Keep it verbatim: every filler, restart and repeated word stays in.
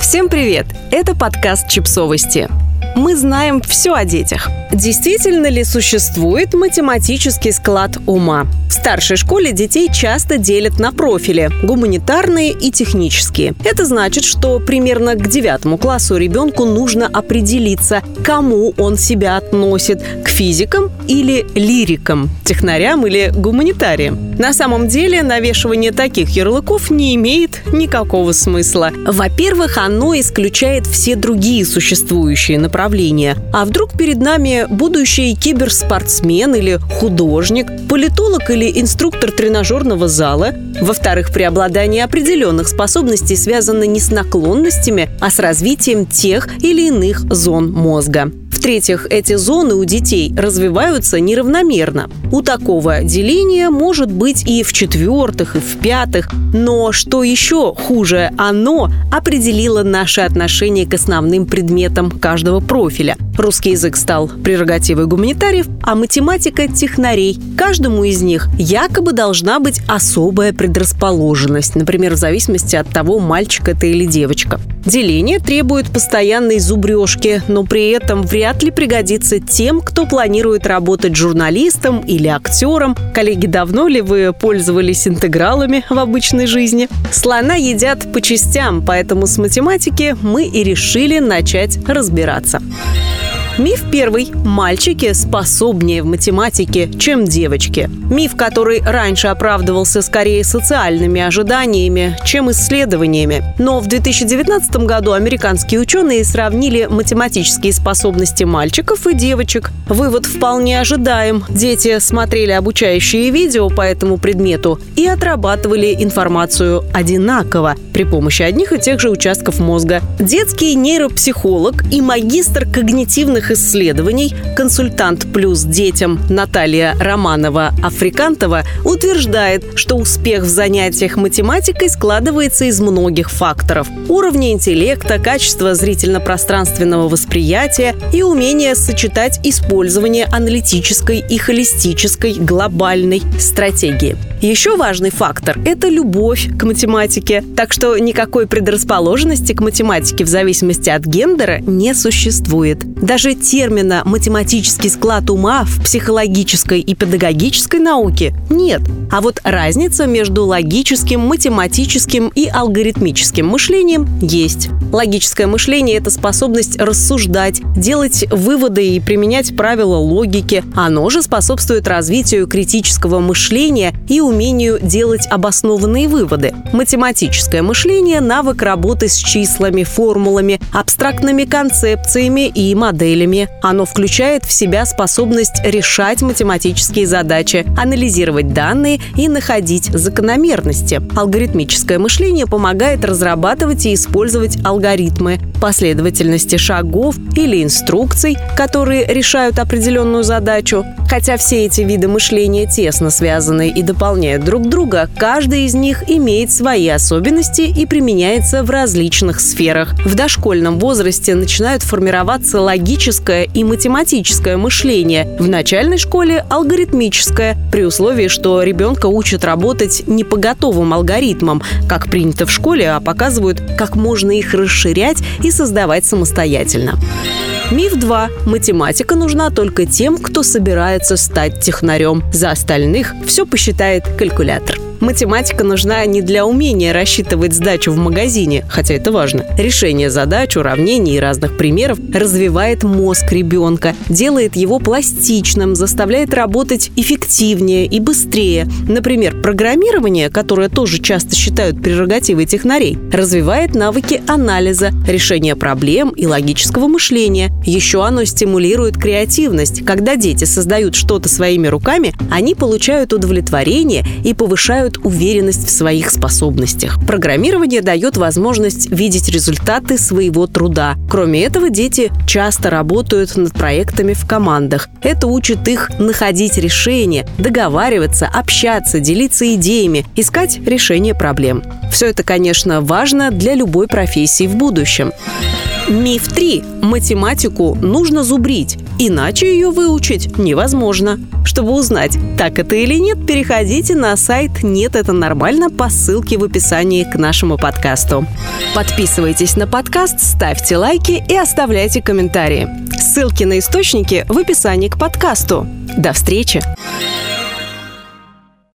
Всем привет! Это подкаст «Чипсовости». Мы знаем все о детях. Действительно ли существует математический склад ума? В старшей школе детей часто делят на профили – гуманитарные и технические. Это значит, что примерно к девятому классу ребенку нужно определиться, к кому он себя относит – к физикам или лирикам, технарям или гуманитариям. На самом деле навешивание таких ярлыков не имеет никакого смысла. Во-первых, оно исключает все другие существующие направления. А вдруг перед нами будущий киберспортсмен или художник, политолог или инструктор тренажерного зала? Во-вторых, преобладание определенных способностей связано не с наклонностями, а с развитием тех или иных зон мозга. В-третьих, эти зоны у детей развиваются неравномерно. У такого деления может быть и в четвертых, и в пятых. Но что еще хуже, оно определило наше отношение к основным предметам каждого профиля. Русский язык стал прерогативой гуманитариев, а математика – технарей. Каждому из них якобы должна быть особая предрасположенность, например, в зависимости от того, мальчик это или девочка. Деление требует постоянной зубрежки, но при этом вряд ли пригодится тем, кто планирует работать журналистом или актером. Коллеги, давно ли вы пользовались интегралами в обычной жизни? Слона едят по частям, поэтому с математики мы и решили начать разбираться. Миф первый. Мальчики способнее в математике, чем девочки. Миф, который раньше оправдывался скорее социальными ожиданиями, чем исследованиями. Но в две тысячи девятнадцатом году американские ученые сравнили математические способности мальчиков и девочек. Вывод вполне ожидаем. Дети смотрели обучающие видео по этому предмету и отрабатывали информацию одинаково при помощи одних и тех же участков мозга. Детский нейропсихолог и магистр когнитивных исследований, консультант плюс детям Наталья Романова-Африкантова утверждает, что успех в занятиях математикой складывается из многих факторов: уровня интеллекта, качества зрительно-пространственного восприятия и умения сочетать использование аналитической и холистической глобальной стратегии. Еще важный фактор – это любовь к математике. Так что никакой предрасположенности к математике в зависимости от гендера не существует. Даже термина «математический склад ума» в психологической и педагогической науке нет. А вот разница между логическим, математическим и алгоритмическим мышлением есть. Логическое мышление – это способность рассуждать, делать выводы и применять правила логики. Оно же способствует развитию критического мышления и умению делать обоснованные выводы. Математическое мышление – навык работы с числами, формулами, абстрактными концепциями и моделями. Оно включает в себя способность решать математические задачи, анализировать данные и находить закономерности. Алгоритмическое мышление помогает разрабатывать и использовать алгоритмы, последовательности шагов или инструкций, которые решают определенную задачу. Хотя все эти виды мышления тесно связаны и дополняют друг друга, каждый из них имеет свои особенности и применяется в различных сферах. В дошкольном возрасте начинают формироваться логическое и математическое мышление, в начальной школе – алгоритмическое, при условии, что ребенка учат работать не по готовым алгоритмам, как принято в школе, а показывают, как можно их расширять и создавать самостоятельно. Миф два. Математика нужна только тем, кто собирается стать технарем. За остальных все посчитает калькулятор. Математика нужна не для умения рассчитывать сдачу в магазине, хотя это важно. Решение задач, уравнений и разных примеров развивает мозг ребенка, делает его пластичным, заставляет работать эффективнее и быстрее. Например, программирование, которое тоже часто считают прерогативой технарей, развивает навыки анализа, решения проблем и логического мышления. Еще оно стимулирует креативность. Когда дети создают что-то своими руками, они получают удовлетворение и повышают уверенность в своих способностях. Программирование дает возможность видеть результаты своего труда. Кроме этого, дети часто работают над проектами в командах. Это учит их находить решения, договариваться, общаться, делиться идеями, искать решение проблем. Все это, конечно, важно для любой профессии в будущем. Миф три. Математику нужно зубрить. Иначе ее выучить невозможно. Чтобы узнать, так это или нет, переходите на сайт «Нет, это нормально» по ссылке в описании к нашему подкасту. Подписывайтесь на подкаст, ставьте лайки и оставляйте комментарии. Ссылки на источники в описании к подкасту. До встречи!